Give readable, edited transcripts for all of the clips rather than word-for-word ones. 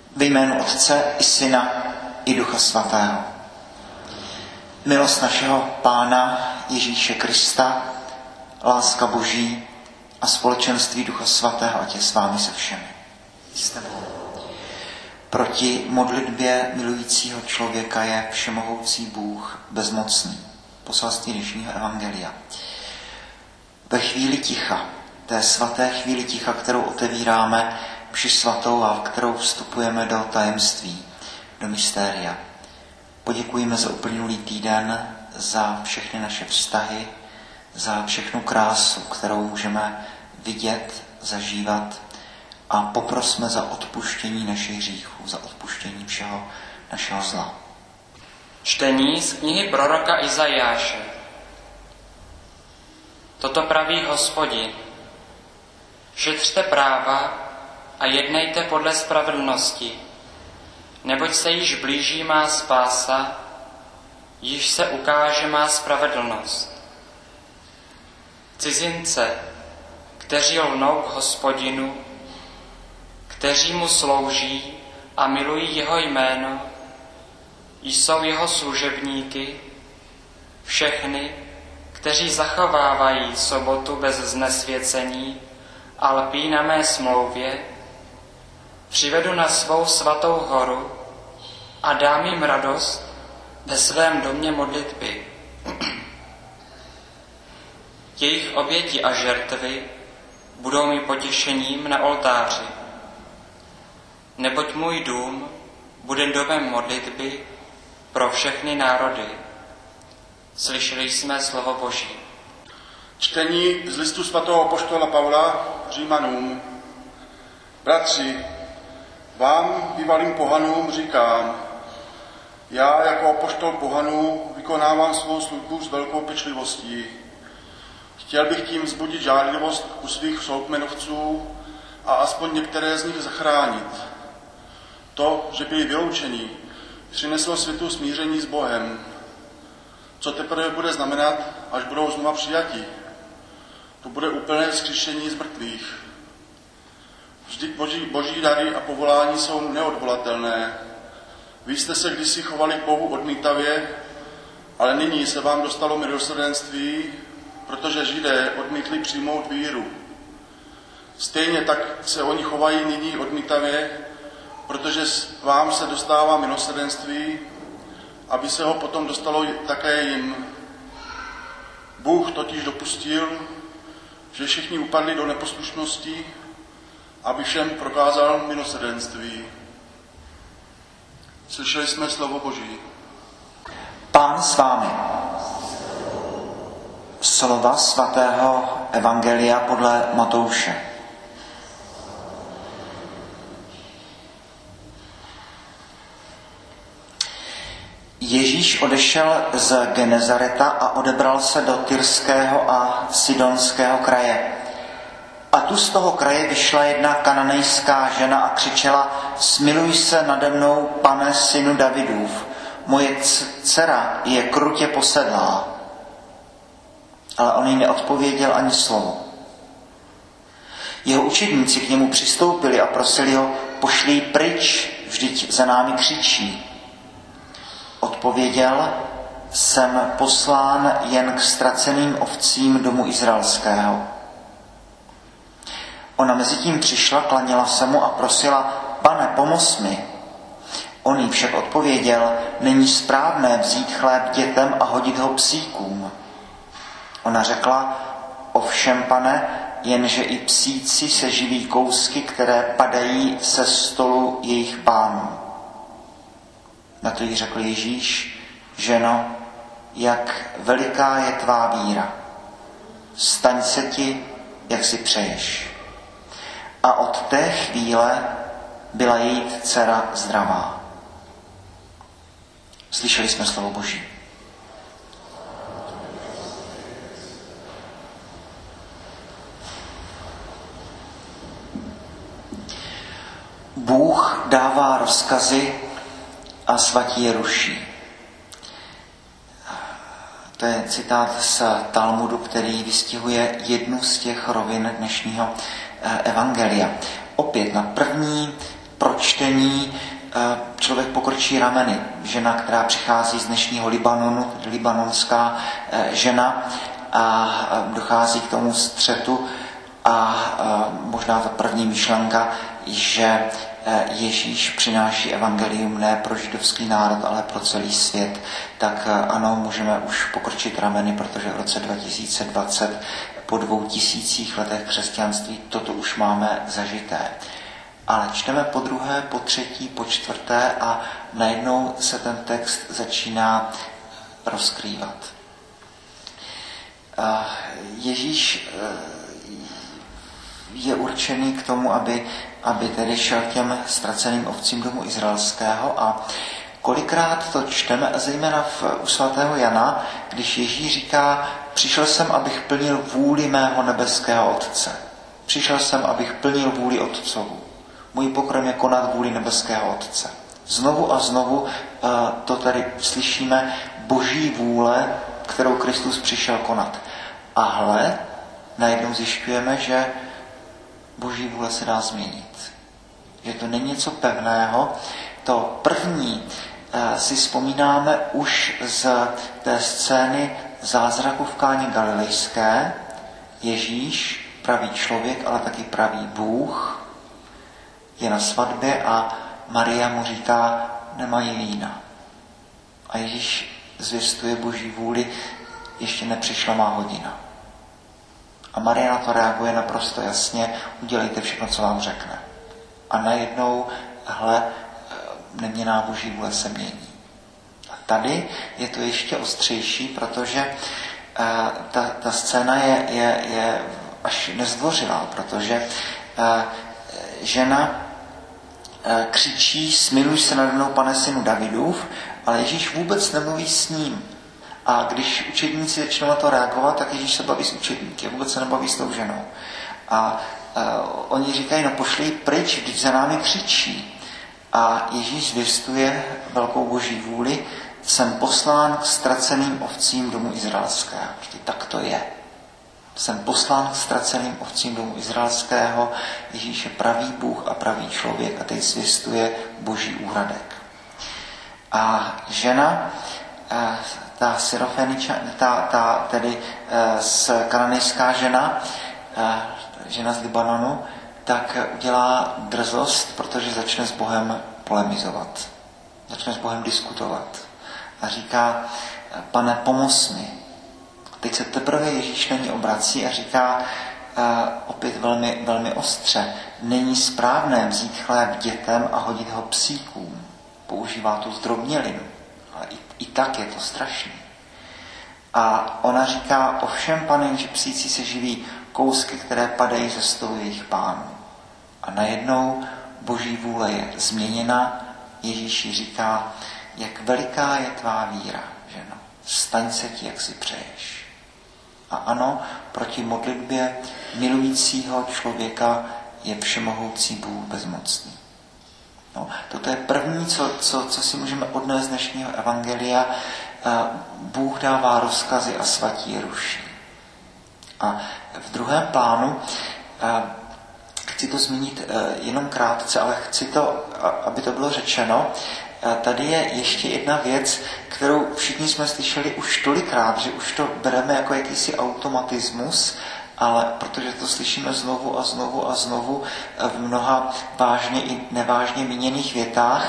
Ve jménu Otce i Syna i Ducha Svatého. Milost našeho Pána Ježíše Krista, láska Boží a společenství Ducha Svatého, ať je s vámi se všemi. Jste Bohu. Proti modlitbě milujícího člověka je všemohoucí Bůh bezmocný. Poselství dnešního evangelia. Ve chvíli ticha, té svaté chvíli ticha, kterou otevíráme mši svatou a v kterou vstupujeme do tajemství, do mystéria. Poděkujeme za uplynulý týden, za všechny naše vztahy, za všechnu krásu, kterou můžeme vidět, zažívat a poprosme za odpuštění našich hříchů, za odpuštění všeho našeho zla. Čtení z knihy proroka Izajáše. Toto praví Hospodin. Šetřte práva a jednejte podle spravedlnosti, neboť se již blíží má spása, již se ukáže má spravedlnost. Cizince, kteří lnou k Hospodinu, kteří mu slouží a milují jeho jméno, jsou jeho služebníky, všechny, kteří zachovávají sobotu bez znesvěcení a lpí na mé smlouvě, přivedu na svou svatou horu a dám jim radost ve svém domě modlitby. Jejich oběti a žertvy budou mi potěšením na oltáři, neboť můj dům bude domem modlitby pro všechny národy. Slyšeli jsme slovo Boží. Čtení z listu svatého apoštola Pavla Římanům. Bratři, vám, bývalým pohanům, říkám, já jako apoštol pohanů vykonávám svou službu s velkou pečlivostí. Chtěl bych tím vzbudit žádlivost u svých soukmenovců a aspoň některé z nich zachránit. To, že byli vyloučeni, přineslo světu smíření s Bohem. Co teprve bude znamenat, až budou znova přijati? To bude úplné vzkříšení z mrtvých. Vždyť boží dary a povolání jsou neodvolatelné. Vy jste se kdysi chovali k Bohu odmítavě, ale nyní se vám dostalo milosrdenství, protože Židé odmítli přijmout víru. Stejně tak se oni chovají nyní odmítavě, protože vám se dostává milosrdenství, aby se ho potom dostalo také jim. Bůh totiž dopustil, že všichni upadli do neposlušnosti, aby všem prokázal milosrdenství. Slyšeli jsme slovo Boží. Pán s vámi. Slova svatého evangelia podle Matouše. Ježíš odešel z Genezareta a odebral se do Tyrského a Sidonského kraje. A tu z toho kraje vyšla jedna kananejská žena a křičela: Smiluj se nade mnou, Pane, synu Davidův, moje dcera je krutě posedlá. Ale on jí neodpověděl ani slovo. Jeho učedníci k němu přistoupili a prosili ho: Pošli ji pryč, vždyť za námi křičí. Odpověděl: Jsem poslán jen k ztraceným ovcím domu izraelského. Ona mezitím přišla, klaněla se mu a prosila: Pane, pomoz mi. On jí však odpověděl: Není správné vzít chléb dětem a hodit ho psíkům. Ona řekla: Ovšem, pane, jenže i psíci se živí kousky, které padají se stolu jejich pánů. Na to jí řekl Ježíš: Ženo, jak veliká je tvá víra. Staň se ti, jak si přeješ. A od té chvíle byla její dcera zdravá. Slyšeli jsme slovo Boží. Bůh dává rozkazy a svatí je ruší. To je citát z Talmudu, který vystihuje jednu z těch rovin dnešního evangelia. Opět na první pročtení člověk pokrčí rameny. Žena, která přichází z dnešního Libanonu, libanonská žena, a dochází k tomu střetu a možná ta první myšlenka, že Ježíš přináší evangelium ne pro židovský národ, ale pro celý svět, tak ano, můžeme už pokrčit rameny, protože v roce 2020 po 2000 letech křesťanství toto už máme zažité. Ale čteme po druhé, po třetí, po čtvrté a najednou se ten text začíná rozkrývat. Ježíš je určený k tomu, aby tedy šel k těm ztraceným ovcím domu izraelského a kolikrát to čteme, a zejména u svatého Jana, když Ježíš říká, přišel jsem, abych plnil vůli mého nebeského Otce. Přišel jsem, abych plnil vůli Otcovu. Můj pokrm je konat vůli nebeského Otce. Znovu a znovu to tady slyšíme, boží vůle, kterou Kristus přišel konat. A hle, najednou zjišťujeme, že boží vůle se dá změnit. Že to není něco pevného. To první si vzpomínáme už z té scény zázraku v Káně Galilejské. Ježíš, pravý člověk, ale taky pravý Bůh, je na svatbě a Maria mu říká, nemají vína. A Ježíš zvěstuje boží vůli, ještě nepřišla má hodina. A Maria na to reaguje naprosto jasně, udělejte všechno, co vám řekne. A najednou, hle, neměnná boží vůle se mění. A tady je to ještě ostřejší, protože ta scéna je až nezdvořilá, protože žena křičí, smiluj se nade mnou, pane, synu Davidův, ale Ježíš vůbec nemluví s ním. A když učedníci začnou na to reagovat, tak Ježíš se baví s učedníky, vůbec se nebaví s tou ženou. A oni říkají, no pošli ji pryč, vždyť za námi křičí. A Ježíš zvěstuje velkou boží vůli, jsem poslán k ztraceným ovcím domu izraelského. Tak to je. Jsem poslán k ztraceným ovcím domu izraelského. Ježíš je pravý Bůh a pravý člověk a teď zvěstuje boží úradek. A žena, ta Syrofeniča, tedy kananejská žena, žena z Libanonu, tak udělá drzost, protože začne s Bohem polemizovat. Začne s Bohem diskutovat. A říká, pane, pomoz mi. Teď se teprve Ježíš na ní obrací a říká opět velmi, velmi ostře, není správné vzít chléb dětem a hodit ho psíkům. Používá tu zdrobnělinu. Ale i tak je to strašný. A ona říká, ovšem, pane, že psíci se živí kousky, které padají ze stolu jejich pánů. A najednou boží vůle je změněna. Ježíš jí říká, jak veliká je tvá víra, ženo. Staň se ti, jak si přeješ. A ano, proti modlitbě milujícího člověka je všemohoucí Bůh bezmocný. No, toto je první, co si můžeme odnést z dnešního evangelia. Bůh dává rozkazy a svatí je ruší. A v druhém plánu chci to zmínit jenom krátce, ale chci to, aby to bylo řečeno. Tady je ještě jedna věc, kterou všichni jsme slyšeli už tolikrát, že už to bereme jako jakýsi automatismus, ale protože to slyšíme znovu a znovu a znovu v mnoha vážně i nevážně míněných větách,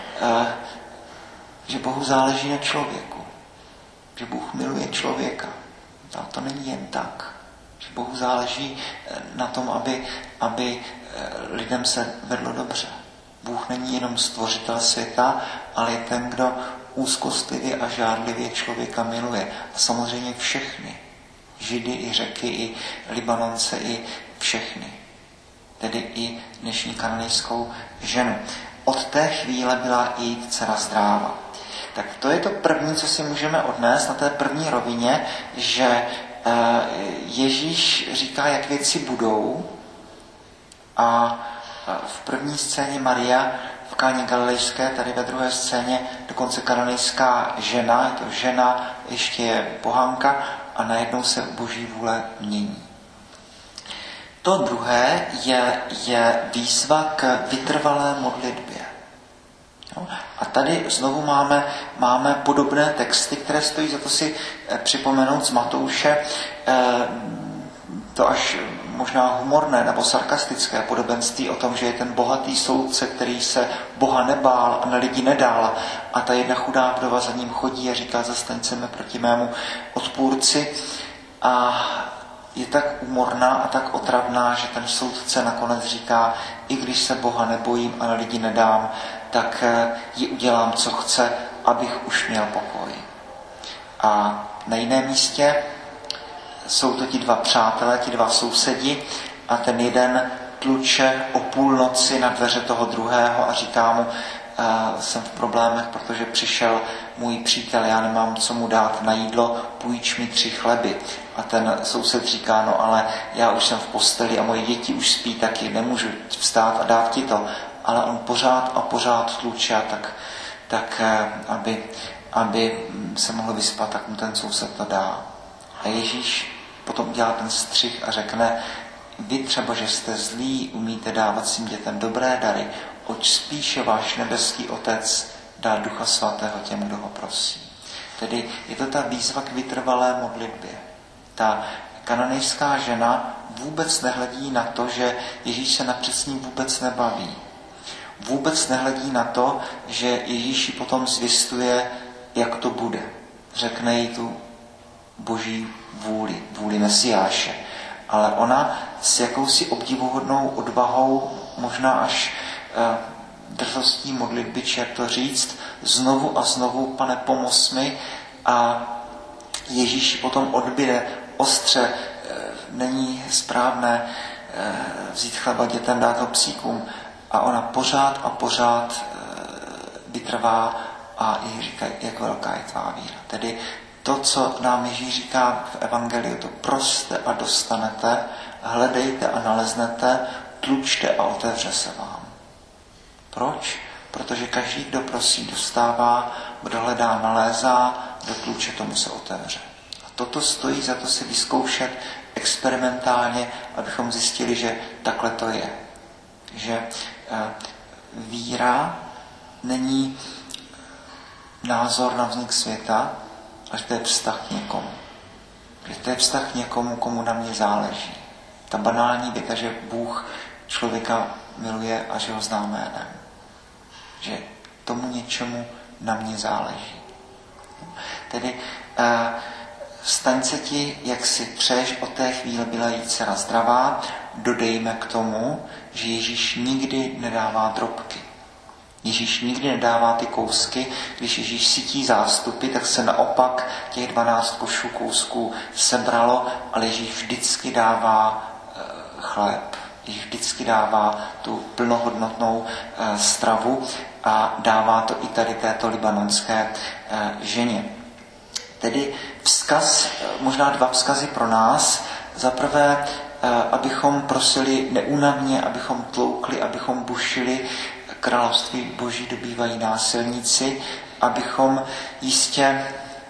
že Bohu záleží na člověku. Že Bůh miluje člověka. A to není jen tak. Že Bohu záleží na tom, aby lidem se vedlo dobře. Bůh není jenom stvořitel světa, ale je ten, kdo úzkostlivě a žárlivě člověka miluje. A samozřejmě všechny. Židy, i Řeky, i Libanonce, i všechny. Tedy i dnešní kananejskou ženu. Od té chvíle byla i dcera zdráva. Tak to je to první, co si můžeme odnést na té první rovině, že Ježíš říká, jak věci budou, a v první scéně Maria v Káně Galilejské, tady ve druhé scéně dokonce kananejská žena, je to žena, ještě je pohanka a najednou se boží vůle mění. To druhé je výzva k vytrvalé modlitbě. A tady znovu máme podobné texty, které stojí za to si připomenout z Matouše, to až možná humorné nebo sarkastické podobenství o tom, že je ten bohatý soudce, který se Boha nebál a na lidi nedal, a ta jedna chudá vdova za ním chodí a říká: zastaň se mi proti mému odpůrci. A je tak úmorná a tak otravná, že ten soudce nakonec říká: i když se Boha nebojím a na lidi nedám, tak ji udělám, co chce, abych už měl pokoj. A na jiném místě jsou to ti dva přátelé, ti dva sousedi, a ten jeden tluče o půlnoci na dveře toho druhého a říká mu: jsem v problémech, protože přišel můj přítel, já nemám co mu dát na jídlo, půjč mi 3 chleby. A ten soused říká: no ale já už jsem v posteli a moje děti už spí, taky nemůžu vstát a dát ti to. Ale on pořád a pořád tluče, tak aby se mohl vyspat, tak mu ten soused to dá. A Ježíš potom udělá ten střih a řekne: vy třeba, že jste zlí, umíte dávat svým dětem dobré dary, oč spíše váš nebeský Otec dá Ducha Svatého těm, kdo ho prosí. Tedy je to ta výzva k vytrvalé modlitbě. Ta kananejská žena vůbec nehledí na to, že Ježíš se napřed s ním vůbec nebaví. Vůbec nehledí na to, že Ježíš ji potom zvěstuje, jak to bude. Řekne jí tu boží vůli Mesiáše. Ale ona s jakousi obdivuhodnou odvahou, možná až drzostí modlitby, či jak to říct, znovu a znovu: Pane, pomoz mi. A Ježíš potom odbije ostře: není správné vzít chleba dětem, dát ho psíkům. A ona pořád a pořád vytrvá a jí říká: jak velká je tvá víra. Tedy to, co nám Ježíš říká v evangeliu, to proste a dostanete, hledejte a naleznete, tlučte a otevře se vám. Proč? Protože každý, kdo prosí, dostává, kdo hledá, nalézá, kdo tluče, tomu se otevře. A toto stojí za to si vyzkoušet experimentálně, abychom zjistili, že takhle to je. Že víra není názor na vznik světa, ale to je vztah k někomu. Že to je vztah k někomu, komu na mě záleží. Ta banální věta, že Bůh člověka miluje a že ho zná jménem. Že tomu něčemu na mě záleží. Tedy staň se ti, jak si přeješ, od té chvíle byla jí dcera zdravá. Dodejme k tomu, že Ježíš nikdy nedává drobky. Ježíš nikdy nedává ty kousky. Když Ježíš sytí zástupy, tak se naopak těch 12 košů kousků sebralo, ale Ježíš vždycky dává chléb. Ježíš vždycky dává tu plnohodnotnou stravu a dává to i tady této libanonské ženě. Tedy vzkaz, možná 2 vzkazy pro nás. Za prvé, abychom prosili neúnavně, abychom tloukli, abychom bušili. Království Boží dobývají násilníci, abychom jistě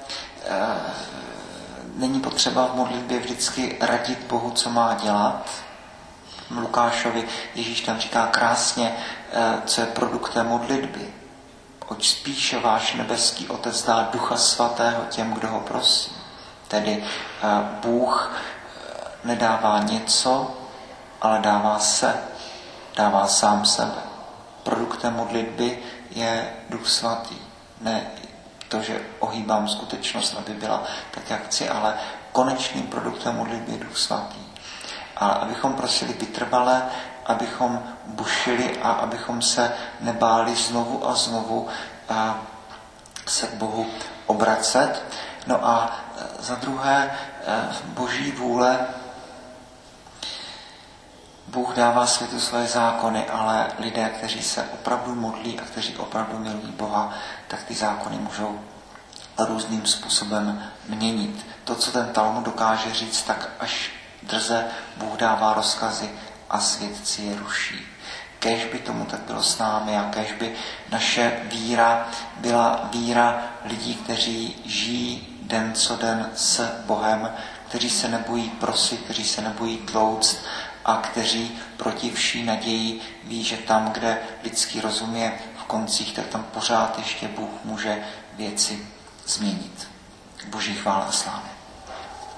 není potřeba v modlitbě vždycky radit Bohu, co má dělat. Lukášovi Ježíš tam říká krásně, co je produktem modlitby. Oč spíše váš nebeský Otec dá Ducha Svatého těm, kdo ho prosí. Tedy Bůh nedává něco, ale dává se, dává sám sebe. Produktem modlitby je Duch Svatý. Ne to, že ohýbám skutečnost, aby byla tak, jak chci, ale konečným produktem modlitby je Duch Svatý. A abychom prosili vytrvale, abychom bušili a abychom se nebáli znovu a znovu se k Bohu obracet. No a za druhé, Boží vůle. Bůh dává světu své zákony, ale lidé, kteří se opravdu modlí a kteří opravdu milují Boha, tak ty zákony můžou různým způsobem měnit. To, co ten Talmud dokáže říct, tak až drze Bůh dává rozkazy a svědci je ruší. Kéž by tomu tak bylo s námi a kéž by naše víra byla víra lidí, kteří žijí den co den s Bohem, kteří se nebojí prosit, kteří se nebojí tlouct a kteří proti vší naději ví, že tam, kde lidský rozum je v koncích, tak tam pořád ještě Bůh může věci změnit. Boží chvála a slávy.